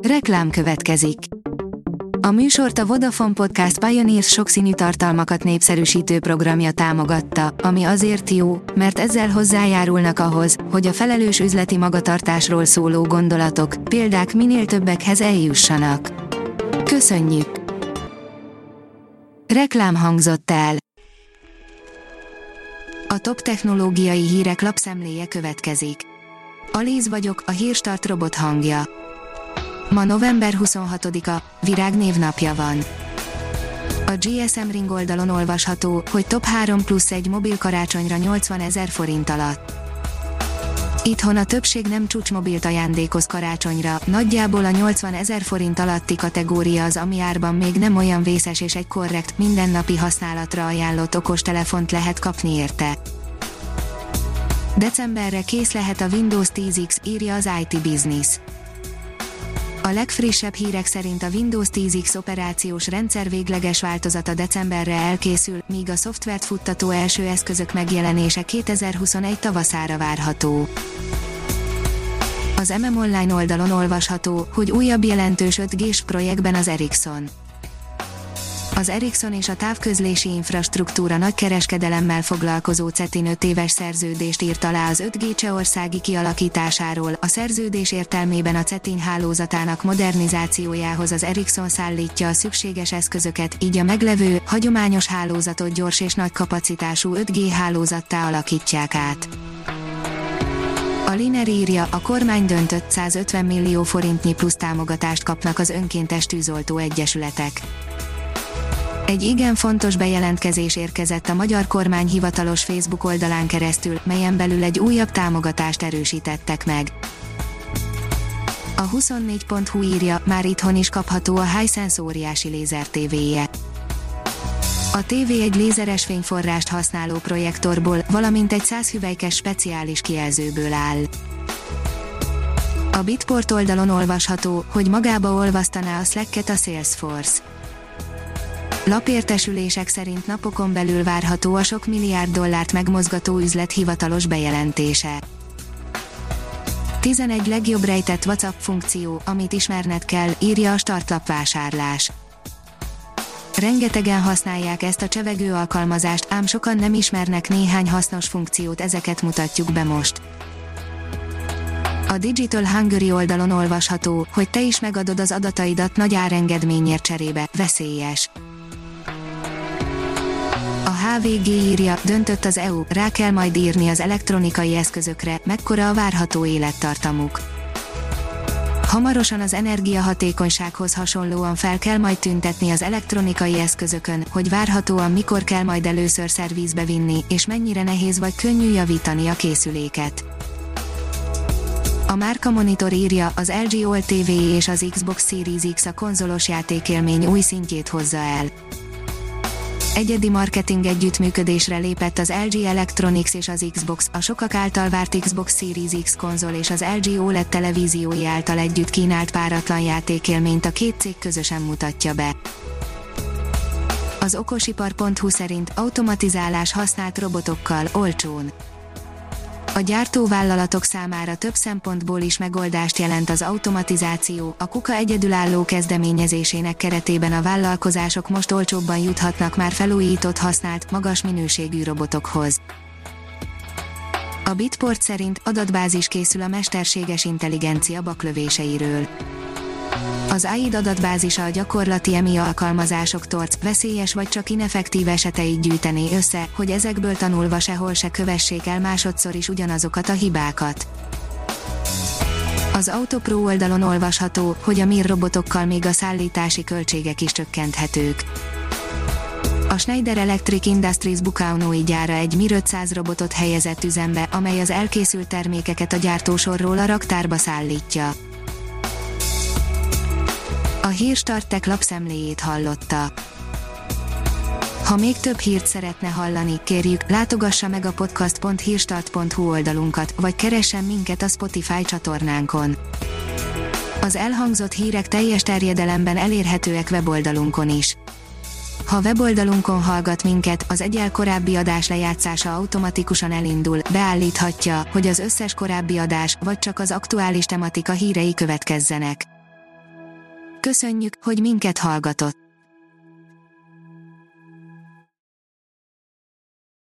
Reklám következik. A műsort a Vodafone Podcast Pioneers sokszínű tartalmakat népszerűsítő programja támogatta, ami azért jó, mert ezzel hozzájárulnak ahhoz, hogy a felelős üzleti magatartásról szóló gondolatok, példák minél többekhez eljussanak. Köszönjük! Reklám hangzott el. A top technológiai hírek lapszemléje következik. Alíz vagyok, a Hírstart robot hangja. Ma november 26-a, Virág névnapja van. A GSM Ring oldalon olvasható, hogy top 3+1 mobil karácsonyra 80 000 forint alatt. Itthon a többség nem csúcsmobilt ajándékoz karácsonyra, nagyjából a 80 000 forint alatti kategória az, ami árban még nem olyan vészes, és egy korrekt, mindennapi használatra ajánlott okostelefont lehet kapni érte. Decemberre kész lehet a Windows 10X, írja az IT Business. A legfrissebb hírek szerint a Windows 10X operációs rendszer végleges változata decemberre elkészül, míg a szoftvert futtató első eszközök megjelenése 2021 tavaszára várható. Az Online oldalon olvasható, hogy újabb jelentős 5G-s projektben az Ericsson. Az Ericsson és a távközlési infrastruktúra nagykereskedelemmel foglalkozó Cetin 5 éves szerződést írt alá az 5G csehországi kialakításáról. A szerződés értelmében a Cetin hálózatának modernizációjához az Ericsson szállítja a szükséges eszközöket, így a meglevő, hagyományos hálózatot gyors és nagy kapacitású 5G hálózattá alakítják át. A Liner írja, a kormány döntött, 150 millió forintnyi plusz támogatást kapnak az önkéntes tűzoltó egyesületek. Egy igen fontos bejelentkezés érkezett a magyar kormány hivatalos Facebook oldalán keresztül, melyen belül egy újabb támogatást erősítettek meg. A 24.hu írja, már itthon is kapható a Hisense óriási lézer tévéje. A tévé egy lézeres fényforrást használó projektorból, valamint egy 100 hüvelykes speciális kijelzőből áll. A Bitport oldalon olvasható, hogy magába olvasztaná a Slack-et a Salesforce. Lapértesülések szerint napokon belül várható a sok milliárd dollárt megmozgató üzlet hivatalos bejelentése. 11 legjobb rejtett WhatsApp funkció, amit ismerned kell, írja a Startlap vásárlás. Rengetegen használják ezt a csevegő alkalmazást, ám sokan nem ismernek néhány hasznos funkciót, ezeket mutatjuk be most. A Digital Hungary oldalon olvasható, hogy te is megadod az adataidat nagy árengedményért cserébe, veszélyes. A HVG írja, döntött az EU, rá kell majd írni az elektronikai eszközökre, mekkora a várható élettartamuk. Hamarosan az energiahatékonysághoz hasonlóan fel kell majd tüntetni az elektronikai eszközökön, hogy várhatóan mikor kell majd először szervizbe vinni, és mennyire nehéz vagy könnyű javítani a készüléket. A Márka Monitor írja, az LG OLED TV és az Xbox Series X a konzolos játékélmény új szintjét hozza el. Egyedi marketing együttműködésre lépett az LG Electronics és az Xbox, a sokak által várt Xbox Series X konzol és az LG OLED televíziói által együtt kínált páratlan játékélményt a két cég közösen mutatja be. Az okosipar.hu szerint automatizálás használt robotokkal, olcsón. A gyártóvállalatok számára több szempontból is megoldást jelent az automatizáció, a KUKA egyedülálló kezdeményezésének keretében a vállalkozások most olcsóbban juthatnak már felújított használt, magas minőségű robotokhoz. A Bitport szerint adatbázis készül a mesterséges intelligencia baklövéseiről. Az AID adatbázisa a gyakorlati EMI alkalmazások torz, veszélyes vagy csak ineffektív eseteit gyűjtené össze, hogy ezekből tanulva sehol se kövessék el másodszor is ugyanazokat a hibákat. Az Autopro oldalon olvasható, hogy a MIR robotokkal még a szállítási költségek is csökkenthetők. A Schneider Electric Industries Bukaunói gyára egy MIR 500 robotot helyezett üzembe, amely az elkészült termékeket a gyártósorról a raktárba szállítja. A Hírstart Tech lapszemléjét hallotta. Ha még több hírt szeretne hallani, kérjük, látogassa meg a podcast.hírstart.hu oldalunkat, vagy keressen minket a Spotify csatornánkon. Az elhangzott hírek teljes terjedelemben elérhetőek weboldalunkon is. Ha weboldalunkon hallgat minket, az egyel korábbi adás lejátszása automatikusan elindul, beállíthatja, hogy az összes korábbi adás, vagy csak az aktuális tematika hírei következzenek. Köszönjük, hogy minket hallgatott!